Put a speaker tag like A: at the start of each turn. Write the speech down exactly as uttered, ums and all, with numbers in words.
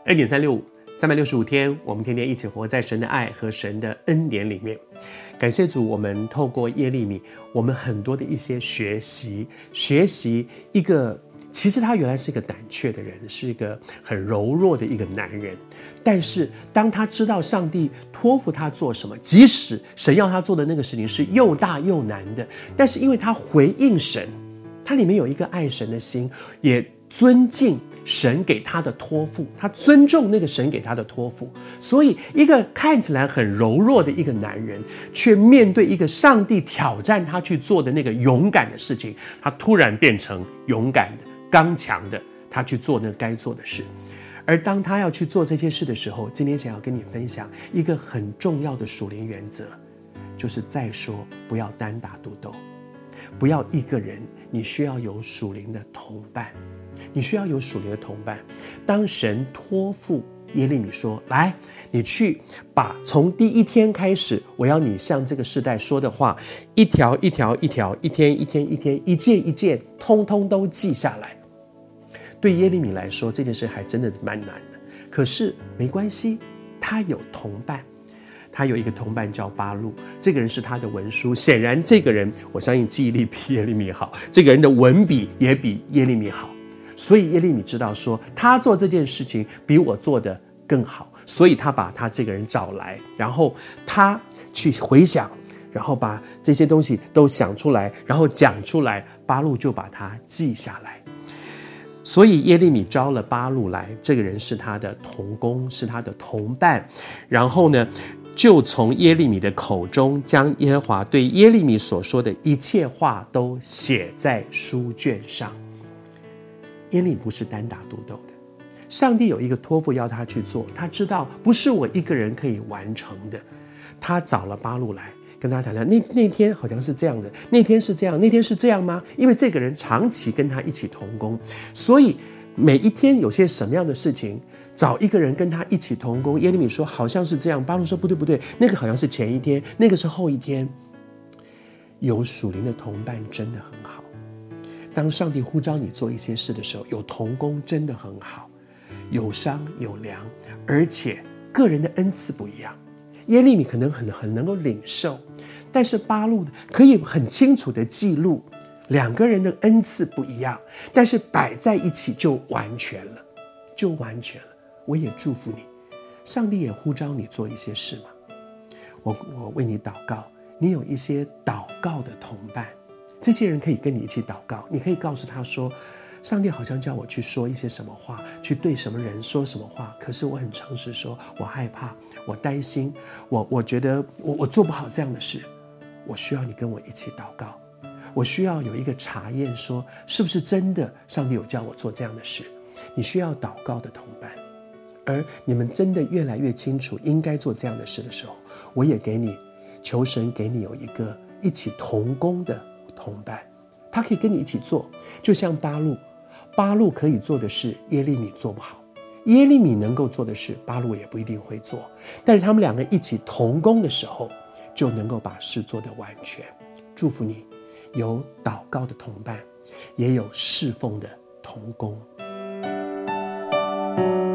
A: 二点三六五，三百六十五天，我们天天一起活在神的爱和神的恩典里面。感谢主，我们透过耶利米，我们很多的一些学习，学习一个，其实他原来是一个胆怯的人，是一个很柔弱的一个男人。但是当他知道上帝托付他做什么，即使神要他做的那个事情是又大又难的，但是因为他回应神，他里面有一个爱神的心，也尊敬神给他的托付，他尊重那个神给他的托付，所以一个看起来很柔弱的一个男人，却面对一个上帝挑战他去做的那个勇敢的事情，他突然变成勇敢的、刚强的，他去做那个该做的事。而当他要去做这些事的时候，今天想要跟你分享一个很重要的属灵原则，就是再说不要单打独斗，不要一个人，你需要有属灵的同伴，你需要有属灵的同伴。当神托付耶利米说，来，你去把从第一天开始，我要你向这个世代说的话，一条一条一条，一天一天一天，一件一件，通通都记下来。对耶利米来说，这件事还真的蛮难的，可是没关系，他有同伴，他有一个同伴叫巴录，这个人是他的文书，显然这个人，我相信记忆力比耶利米好，这个人的文笔也比耶利米好，所以耶利米知道说，他做这件事情比我做的更好，所以他把他这个人找来，然后他去回想，然后把这些东西都想出来，然后讲出来，巴录就把它记下来。所以耶利米招了巴录来，这个人是他的同工，是他的同伴，然后呢，就从耶利米的口中将耶和华对耶利米所说的一切话都写在书卷上。耶利米不是单打独斗的，上帝有一个托付要他去做，他知道不是我一个人可以完成的，他找了巴录来跟他谈谈，那那天好像是这样的，那天是这样，那天是这样吗？因为这个人长期跟他一起同工，所以每一天有些什么样的事情，找一个人跟他一起同工。耶利米说好像是这样，巴录说不对不对，那个好像是前一天，那个是后一天。有属灵的同伴真的很好，当上帝呼召你做一些事的时候，有同工真的很好，有商有量，而且个人的恩赐不一样。耶利米可能 很, 很能够领受，但是巴录可以很清楚的记录，两个人的恩赐不一样，但是摆在一起就完全了，就完全了。我也祝福你，上帝也呼召你做一些事嘛。我我为你祷告，你有一些祷告的同伴，这些人可以跟你一起祷告，你可以告诉他说，上帝好像叫我去说一些什么话，去对什么人说什么话，可是我很诚实说，我害怕，我担心，我我觉得我我做不好这样的事，我需要你跟我一起祷告，我需要有一个查验，说是不是真的上帝有叫我做这样的事。你需要祷告的同伴，而你们真的越来越清楚应该做这样的事的时候，我也给你求神给你有一个一起同工的同伴，他可以跟你一起做，就像巴录，巴录可以做的事耶利米做不好，耶利米能够做的事巴录也不一定会做，但是他们两个一起同工的时候，就能够把事做得完全。祝福你有祷告的同伴，也有侍奉的同工。